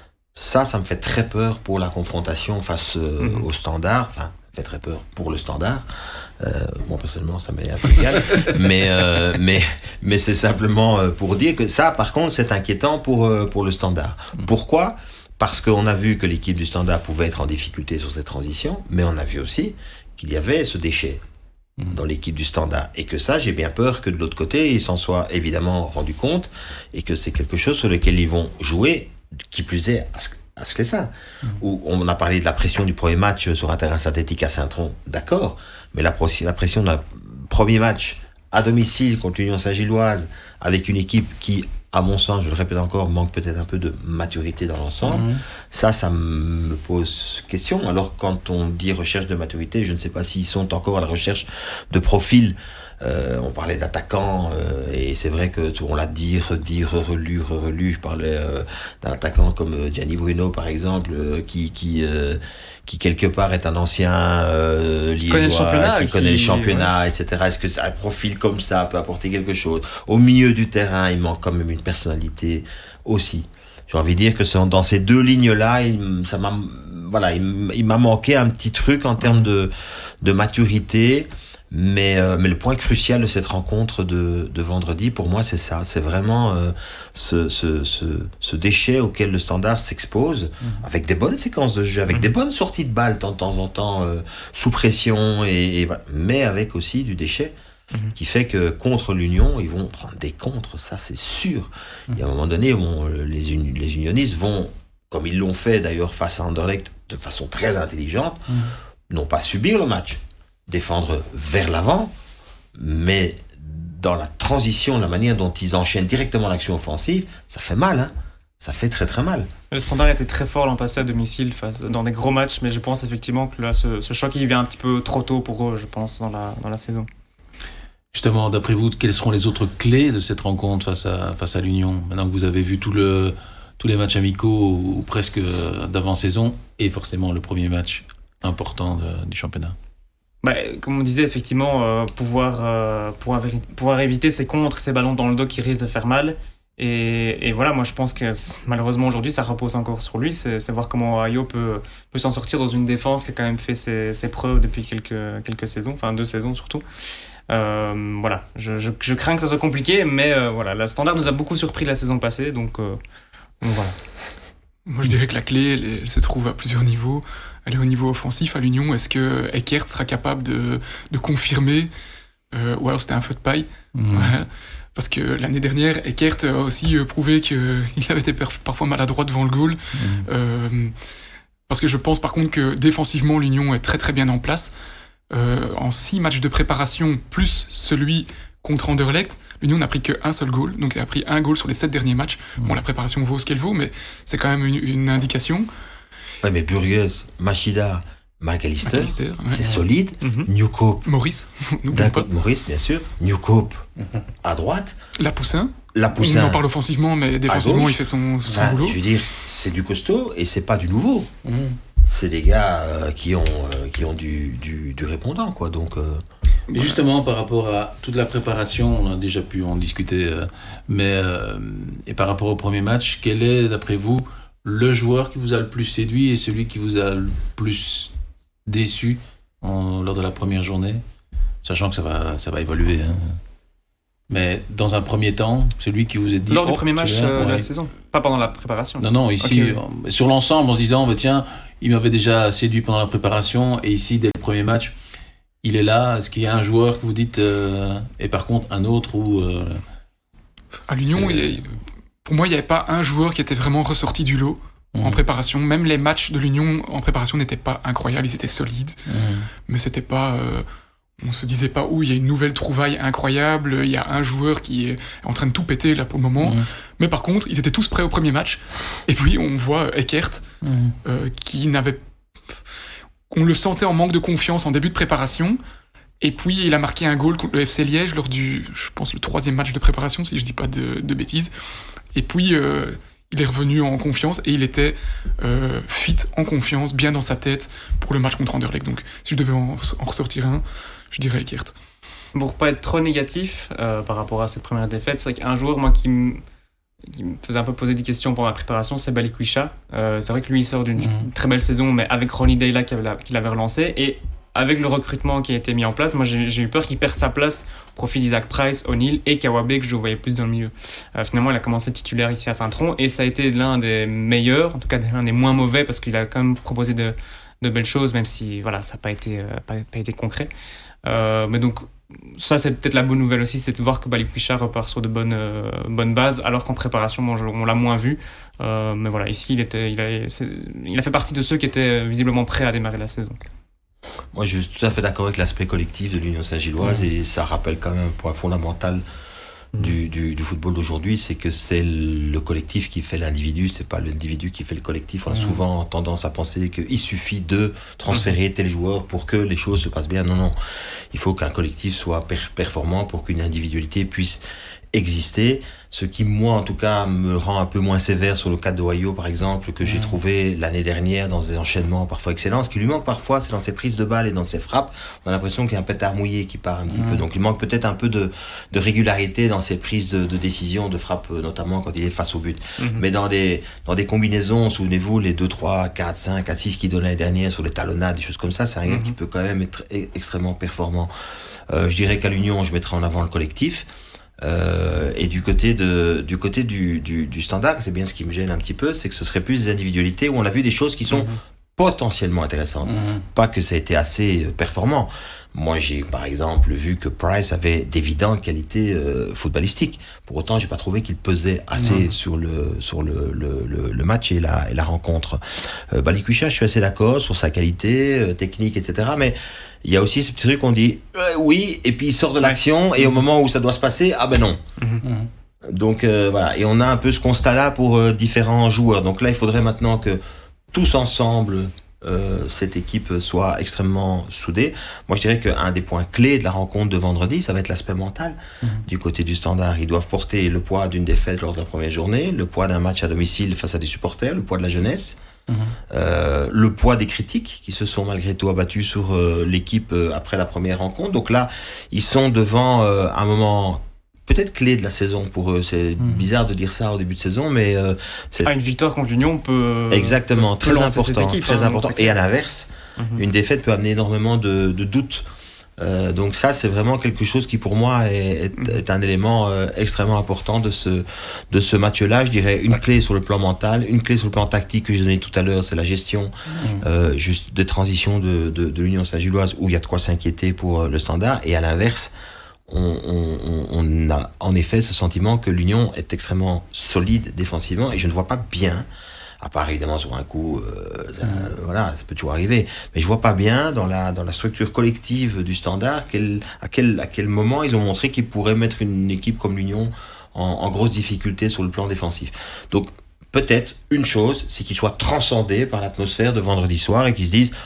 Speaker 2: Ça, ça me fait très peur pour la confrontation face euh, mmh. au Standard. Enfin, ça me fait très peur pour le Standard. Euh, moi, personnellement, ça m'est un peu égal. mais, euh, mais, mais c'est simplement pour dire que ça, par contre, c'est inquiétant pour, euh, pour le Standard. Mmh. Pourquoi ? Parce qu'on a vu que l'équipe du Standard pouvait être en difficulté sur cette transition, mais on a vu aussi qu'il y avait ce déchet mmh. dans l'équipe du Standard. Et que ça, j'ai bien peur que de l'autre côté, ils s'en soient évidemment rendus compte et que c'est quelque chose sur lequel ils vont jouer. Qui plus est à Sclessin, mmh. où on a parlé de la pression du premier match sur un terrain synthétique à Saint-Tron, d'accord, mais la, la pression d'un premier match à domicile contre l'Union Saint-Gilloise, avec une équipe qui, à mon sens, je le répète encore, manque peut-être un peu de maturité dans l'ensemble, mmh. ça, ça me pose question. Alors, quand on dit recherche de maturité, je ne sais pas s'ils sont encore à la recherche de profils. Euh, on parlait d'attaquants euh, et c'est vrai que on l'a dit, redit, relu, relu. Je parlais euh, d'un attaquant comme euh, Gianni Bruno par exemple, euh, qui qui euh, qui quelque part est un ancien euh, liégeois,
Speaker 4: connaît le championnat,
Speaker 2: qui, qui connaît les championnats, ouais. et cetera. Est-ce que un profil comme ça peut apporter quelque chose ? Au milieu du terrain, il manque quand même une personnalité aussi. J'ai envie de dire que c'est dans ces deux lignes-là, il, ça m'a, voilà, il, il m'a manqué un petit truc en termes de de maturité. Mais, euh, mais le point crucial de cette rencontre de, de vendredi, pour moi, c'est ça. C'est vraiment euh, ce, ce, ce, ce déchet auquel le Standard s'expose, mmh. avec des bonnes séquences de jeu, avec mmh. des bonnes sorties de balles de temps en temps, euh, sous pression, et, et voilà. Mais avec aussi du déchet, mmh. qui fait que contre l'Union, ils vont prendre des contres, ça c'est sûr. Mmh. Et à un moment donné, on, les, uni, les unionistes vont, comme ils l'ont fait d'ailleurs face à Anderlecht, de façon très intelligente, mmh. non pas subir le match, défendre vers l'avant, mais dans la transition, la manière dont ils enchaînent directement l'action offensive, ça fait mal, hein. Ça fait très très mal.
Speaker 4: Le Standard était très fort l'an passé à domicile face, dans des gros matchs, mais je pense effectivement que là, ce, ce choc il vient un petit peu trop tôt pour eux, je pense, dans la, dans la saison.
Speaker 1: Justement, d'après vous, quelles seront les autres clés de cette rencontre face à, face à l'Union, maintenant que vous avez vu tout le, tous les matchs amicaux ou, ou presque d'avant-saison, et forcément le premier match important de, du championnat?
Speaker 4: Bah, comme on disait, effectivement, euh, pouvoir, euh, pouvoir, pouvoir éviter ces contres, ces ballons dans le dos qui risquent de faire mal. Et, et voilà, moi je pense que malheureusement aujourd'hui ça repose encore sur lui, c'est, c'est voir comment Ohio peut, peut s'en sortir dans une défense qui a quand même fait ses, ses preuves depuis quelques, quelques saisons, enfin deux saisons surtout. Euh, voilà, je, je, je crains que ça soit compliqué, mais euh, voilà, le Standard nous a beaucoup surpris la saison passée, donc, euh, donc voilà.
Speaker 3: Moi je dirais que la clé elle, elle se trouve à plusieurs niveaux. Elle est au niveau offensif à l'Union. Est-ce que Eckert sera capable de, de confirmer euh, ou alors c'était un feu de paille? Mmh. Voilà. Parce que l'année dernière, Eckert a aussi prouvé qu'il avait été parfois maladroit devant le goal. Mmh. Euh, parce que je pense par contre que défensivement, l'Union est très très bien en place. Euh, en six matchs de préparation, plus celui contre Anderlecht, l'Union n'a pris qu'un seul goal. Donc elle a pris un goal sur les sept derniers matchs. Mmh. Bon, la préparation vaut ce qu'elle vaut, mais c'est quand même une, une indication.
Speaker 2: Ouais, mais Burgess, Machida, McAllister, McAllister ouais. C'est solide. Mm-hmm. Newcope.
Speaker 3: Maurice.
Speaker 2: D'accord, Maurice, bien sûr. Newcope mm-hmm. à droite.
Speaker 3: Lapoussin.
Speaker 2: Lapoussin.
Speaker 3: On en parle offensivement, mais défensivement, il fait son, son
Speaker 2: bah,
Speaker 3: boulot.
Speaker 2: Je veux dire, c'est du costaud et c'est pas du nouveau. Mm-hmm. C'est des gars euh, qui ont, euh, qui ont du, du, du répondant, quoi. Donc. Euh,
Speaker 1: Mais voilà. Justement, par rapport à toute la préparation, on a déjà pu en discuter, euh, mais euh, et par rapport au premier match, quel est, d'après vous, le joueur qui vous a le plus séduit et celui qui vous a le plus déçu en, lors de la première journée, sachant que ça va, ça va évoluer. Hein. Mais dans un premier temps, celui qui vous a dit...
Speaker 4: Lors
Speaker 1: oh,
Speaker 4: du premier match euh,
Speaker 1: ouais.
Speaker 4: de la saison, pas pendant la préparation.
Speaker 1: Non, non, ici, okay. Sur l'ensemble, en se disant, bah, tiens, il m'avait déjà séduit pendant la préparation, et ici, dès le premier match, il est là. Est-ce qu'il y a un joueur que vous dites, euh, et par contre un autre où... Euh,
Speaker 3: à l'Union, il y a... Pour moi, il n'y avait pas un joueur qui était vraiment ressorti du lot mmh. en préparation. Même les matchs de l'Union en préparation n'étaient pas incroyables, ils étaient solides. Mmh. Mais c'était pas... Euh, on se disait pas, ouh, il y a une nouvelle trouvaille incroyable, il y a un joueur qui est en train de tout péter là pour le moment. Mmh. Mais par contre, ils étaient tous prêts au premier match. Et puis, on voit Eckert, mmh. euh, qui n'avait... On le sentait en manque de confiance en début de préparation. Et puis, il a marqué un goal contre le F C Liège lors du, je pense, le troisième match de préparation, si je dis pas de, de bêtises. Et puis, euh, il est revenu en confiance et il était euh, fit, en confiance, bien dans sa tête pour le match contre Anderlecht. Donc, si je devais en, en ressortir un, je dirais Eckert.
Speaker 4: Pour pas être trop négatif euh, par rapport à cette première défaite, c'est vrai qu'un joueur, moi, qui me qui me faisait un peu poser des questions pendant la préparation, c'est Balikwisha. Euh, c'est vrai que lui, il sort d'une mmh. très belle saison, mais avec Ronny Deila qui l'avait relancé. Et avec le recrutement qui a été mis en place, moi j'ai, j'ai eu peur qu'il perde sa place au profit d'Isaac Price, O'Neill et Kawabe, que je voyais plus dans le milieu. Euh, finalement, il a commencé titulaire ici à Saint-Tron et ça a été l'un des meilleurs, en tout cas l'un des moins mauvais, parce qu'il a quand même proposé de, de belles choses, même si voilà, ça n'a pas été, euh, pas, pas été concret. Euh, mais donc, ça c'est peut-être la bonne nouvelle aussi, c'est de voir que Balikwisha repart sur de bonnes, euh, bonnes bases, alors qu'en préparation, bon, on l'a moins vu. Euh, mais voilà, ici, il, était, il, a, il a fait partie de ceux qui étaient visiblement prêts à démarrer la saison.
Speaker 2: Moi, je suis tout à fait d'accord avec l'aspect collectif de l'Union Saint-Gilloise mmh. et ça rappelle quand même un point fondamental mmh. du, du, du football d'aujourd'hui, c'est que c'est le collectif qui fait l'individu, c'est pas l'individu qui fait le collectif. On a mmh. souvent tendance à penser qu'il suffit de transférer mmh. tel joueur pour que les choses se passent bien. Non, non. Il faut qu'un collectif soit per- performant pour qu'une individualité puisse exister. Ce qui, moi, en tout cas, me rend un peu moins sévère sur le cas d'Ohio, par exemple, que mmh. j'ai trouvé l'année dernière dans des enchaînements parfois excellents. Ce qui lui manque parfois, c'est dans ses prises de balles et dans ses frappes. On a l'impression qu'il y a un pétard mouillé qui part un petit mmh. peu. Donc, il manque peut-être un peu de, de régularité dans ses prises de, de décision, de frappe, notamment quand il est face au but. Mmh. Mais dans des, dans des combinaisons, souvenez-vous, les deux, trois, quatre, cinq, quatre, six qu'il donnait l'année dernière sur les talonnades, des choses comme ça, c'est un mmh. gars qui peut quand même être extrêmement performant. Euh, je dirais qu'à l'Union, je mettrais en avant le collectif. Euh, et du côté de du côté du, du du Standard, c'est bien ce qui me gêne un petit peu, c'est que ce serait plus des individualités où on a vu des choses qui sont mmh. potentiellement intéressantes, mmh. pas que ça a été assez performant. Moi, j'ai par exemple vu que Price avait d'évidentes qualités euh, footballistiques. Pour autant, j'ai pas trouvé qu'il pesait assez mmh. sur le sur le, le le le match et la et la rencontre. Euh, Balikwisha, je suis assez d'accord sur sa qualité euh, technique, et cetera. Mais il y a aussi ce petit truc qu'on dit euh, oui, et puis il sort de l'action, et au moment où ça doit se passer, ah ben non. Mmh. Donc euh, voilà, et on a un peu ce constat-là pour euh, différents joueurs. Donc là, il faudrait maintenant que tous ensemble, euh, cette équipe soit extrêmement soudée. Moi, je dirais qu'un des points clés de la rencontre de vendredi, ça va être l'aspect mental. Mmh. Du côté du Standard, ils doivent porter le poids d'une défaite lors de la première journée, le poids d'un match à domicile face à des supporters, le poids de la jeunesse. Mmh. Euh, le poids des critiques qui se sont malgré tout abattus sur euh, l'équipe euh, après la première rencontre. Donc là, ils sont devant euh, un moment peut-être clé de la saison pour eux. C'est mmh. bizarre de dire ça au début de saison, mais euh, c'est...
Speaker 4: Ah, une victoire contre l'Union peut
Speaker 2: exactement
Speaker 4: peut
Speaker 2: très important,
Speaker 4: équipe,
Speaker 2: très
Speaker 4: hein,
Speaker 2: important. Et à l'inverse, mmh. une défaite peut amener énormément de, de doutes. Euh, donc ça, c'est vraiment quelque chose qui pour moi est, est, est un élément euh, extrêmement important de ce de ce match-là. Je dirais une clé sur le plan mental, une clé sur le plan tactique que je donnais tout à l'heure, c'est la gestion mmh. euh, juste de transition de, de, de l'Union Saint-Gilloise où il y a de quoi s'inquiéter pour euh, le Standard. Et à l'inverse, on, on, on a en effet ce sentiment que l'Union est extrêmement solide défensivement et je ne vois pas bien. À part évidemment sur un coup, euh, mmh. euh, voilà, ça peut toujours arriver. Mais je vois pas bien dans la dans la structure collective du Standard quel, à quel à quel moment ils ont montré qu'ils pourraient mettre une équipe comme l'Union en, en grosse difficulté sur le plan défensif. Donc peut-être une chose, c'est qu'ils soient transcendés par l'atmosphère de vendredi soir et qu'ils se disent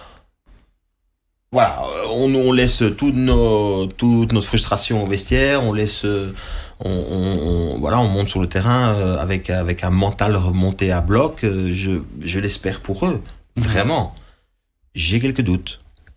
Speaker 2: voilà, on, on laisse toutes nos toutes nos frustrations au vestiaire, on laisse On, on, on, voilà, on monte sur le terrain euh, avec, avec un mental remonté à bloc. Euh, je, je l'espère pour eux. Vraiment. J'ai quelques doutes.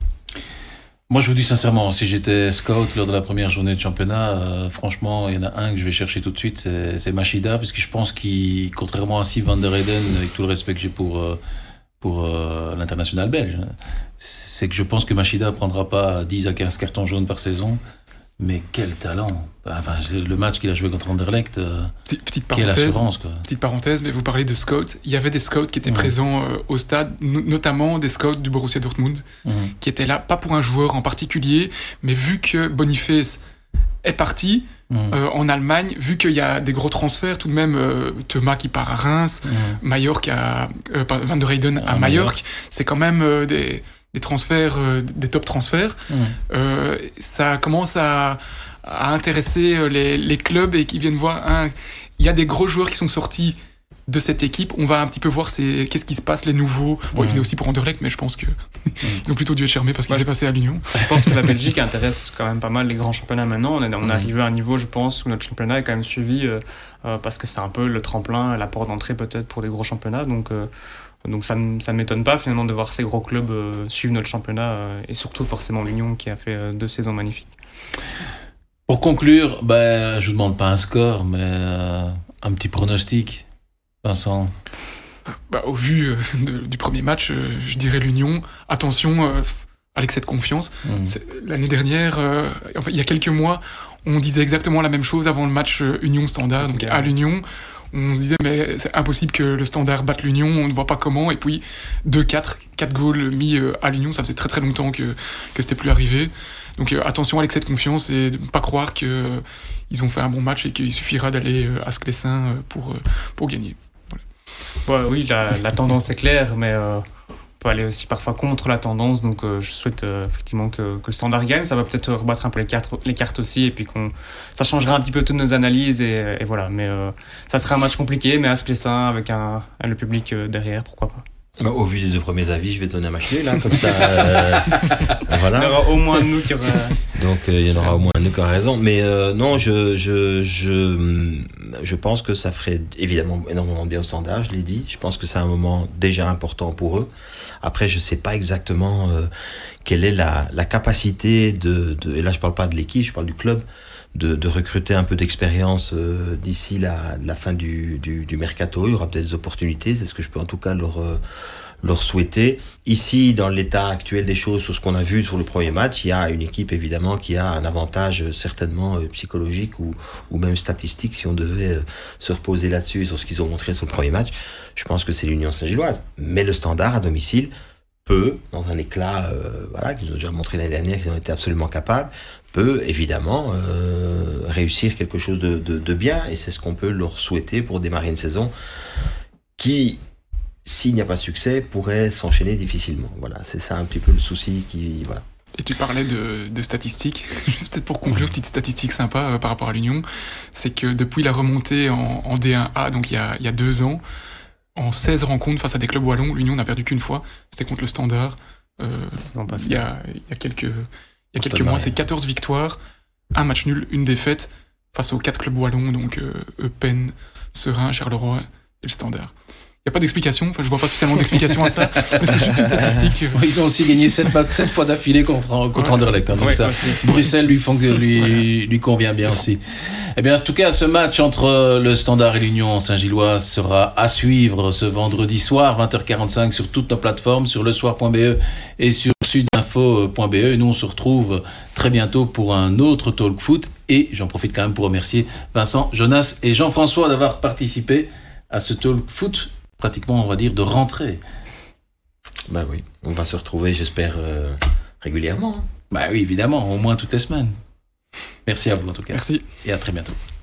Speaker 1: Moi, je vous dis sincèrement, si j'étais scout lors de la première journée de championnat, euh, franchement, il y en a un que je vais chercher tout de suite, c'est, c'est Machida, parce que je pense qu'il, contrairement à Steve van der Heyden, avec tout le respect que j'ai pour, euh, pour euh, l'international belge, c'est que je pense que Machida ne prendra pas dix à quinze cartons jaunes par saison. Mais quel talent! Enfin, le match qu'il a joué contre Anderlecht, euh,
Speaker 3: petite, petite
Speaker 1: quelle assurance, quoi.
Speaker 3: Petite parenthèse, mais vous parlez de scouts. Il y avait des scouts qui étaient mmh. présents euh, au stade, no- notamment des scouts du Borussia Dortmund, mmh. qui étaient là, pas pour un joueur en particulier, mais vu que Boniface est parti mmh. euh, en Allemagne, vu qu'il y a des gros transferts, tout de même, euh, Thomas qui part à Reims, mmh. Majorque à, euh, Van der Heyden à, à Majorque, c'est quand même euh, des... des transferts, euh, des top transferts, mmh. euh, ça commence à, à intéresser les, les clubs et qui viennent voir, hein, il y a des gros joueurs qui sont sortis de cette équipe, on va un petit peu voir c'est, qu'est-ce qui se passe, les nouveaux, bon, mmh. ils venaient aussi pour Anderlecht, mais je pense que mmh. ils ont plutôt dû être charmés parce qu'il s'est passé à l'Union.
Speaker 4: Je pense que la Belgique intéresse quand même pas mal les grands championnats maintenant, on est, on est arrivé à un niveau, je pense, où notre championnat est quand même suivi, euh, euh, parce que c'est un peu le tremplin, la porte d'entrée peut-être pour les gros championnats, donc... Euh, Donc ça ne ça m'étonne pas finalement de voir ces gros clubs euh, suivre notre championnat euh, et surtout forcément l'Union qui a fait euh, deux saisons magnifiques.
Speaker 1: Pour conclure, ben, je ne vous demande pas un score, mais euh, un petit pronostic, Vincent.
Speaker 3: Bah, au vu euh, de, du premier match, euh, je dirais l'Union. Attention, euh, à l'excès de confiance. Mmh. L'année dernière, euh, enfin, il y a quelques mois, on disait exactement la même chose avant le match euh, Union Standard, donc okay. à l'Union. On se disait, mais c'est impossible que le Standard batte l'Union, on ne voit pas comment. Et puis, deux quatre, quatre goals mis à l'Union, ça faisait très très longtemps que, que c'était plus arrivé. Donc euh, attention à l'excès de confiance et de ne pas croire qu'ils euh, ont fait un bon match et qu'il suffira d'aller euh, à Sclessin pour, euh, pour gagner.
Speaker 4: Voilà. Ouais, oui, la, la tendance est claire, mais euh, on peut aller aussi parfois contre la tendance. Donc euh, je souhaite euh, effectivement que, que le Standard gagne. Ça va peut-être rebattre un peu les cartes, les cartes aussi, et puis qu'on, ça changera un petit peu toutes nos analyses. Et, et voilà, mais euh, ça sera un match compliqué, mais à Sclessin avec un, un, le public euh, derrière, pourquoi pas.
Speaker 2: Bah, au vu des deux premiers avis, je vais donner un match nul, là, comme ça. Euh, voilà.
Speaker 4: Il y aura au moins nous qui aura.
Speaker 2: Donc euh, il y en aura au moins nous qui aura raison. Mais euh, non, je, je, je, je pense que ça ferait évidemment énormément bien au Standard, je l'ai dit. Je pense que c'est un moment déjà important pour eux. Après, je sais pas exactement euh, quelle est la, la capacité de, de. Et là, je parle pas de l'équipe, je parle du club. De, de recruter un peu d'expérience euh, d'ici la, la fin du, du, du mercato. Il y aura peut-être des opportunités, c'est ce que je peux en tout cas leur, euh, leur souhaiter. Ici, dans l'état actuel des choses, sur ce qu'on a vu sur le premier match, il y a une équipe évidemment qui a un avantage euh, certainement euh, psychologique ou, ou même statistique si on devait euh, se reposer là-dessus, sur ce qu'ils ont montré sur le premier match. Je pense que c'est l'Union Saint-Gilloise. Mais le Standard à domicile peut, dans un éclat euh, voilà, qu'ils ont déjà montré l'année dernière, qu'ils ont été absolument capables, peut évidemment euh, réussir quelque chose de, de, de bien, et c'est ce qu'on peut leur souhaiter pour démarrer une saison qui, s'il n'y a pas de succès, pourrait s'enchaîner difficilement. Voilà, c'est ça un petit peu le souci qui... Voilà.
Speaker 3: Et tu parlais de, de statistiques, juste peut-être pour conclure, petite statistique sympa euh, par rapport à l'Union, c'est que depuis la remontée en, en D un A, donc il y a, il y a deux ans, en seize rencontres face à des clubs wallons, l'Union n'a perdu qu'une fois. C'était contre le Standard. Euh, il y a, il y a quelques, il y a quelques mois, c'est quatorze victoires, un match nul, une défaite face aux quatre clubs wallons, donc euh, Eupen, Serein, Charleroi et le Standard. Il n'y a pas d'explication, enfin, je vois pas spécialement d'explication à ça, mais c'est juste une statistique.
Speaker 1: Ils ont aussi gagné sept fois d'affilée contre, contre ouais. Anderlecht, hein, donc ouais, ça, ouais. Bruxelles lui, font que lui, ouais. lui convient bien aussi. Eh bien, en tout cas, ce match entre le Standard et l'Union Saint-Gilloise sera à suivre ce vendredi soir, vingt heures quarante-cinq, sur toutes nos plateformes, sur le soir point b e et sur sudinfo point b e. Et nous, on se retrouve très bientôt pour un autre Talk Foot. Et j'en profite quand même pour remercier Vincent, Jonas et Jean-François d'avoir participé à ce Talk Foot, pratiquement, on va dire, de rentrée.
Speaker 2: Bah oui, on va se retrouver, j'espère, euh, régulièrement.
Speaker 1: Bah oui, évidemment, au moins toutes les semaines. Merci à vous en tout cas.
Speaker 3: Merci.
Speaker 1: Et à très bientôt.